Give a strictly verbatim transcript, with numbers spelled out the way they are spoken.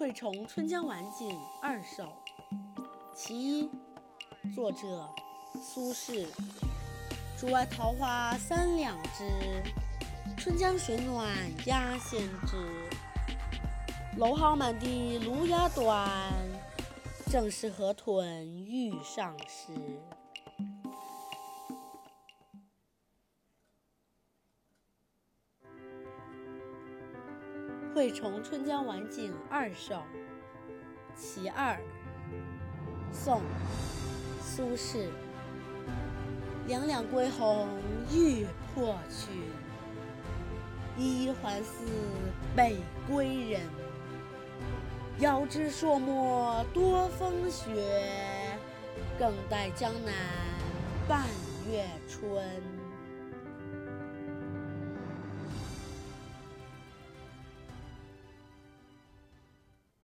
惠崇春江晚景二首其一，作者苏轼。竹外桃花三两枝，春江水暖鸭先知。蒌蒿满地芦芽短，正是河豚欲上时。惠崇春江晚景二首其二，宋·苏轼。两两归鸿欲破群，一一还似北归人。遥知朔漠多风雪，更待江南半月春。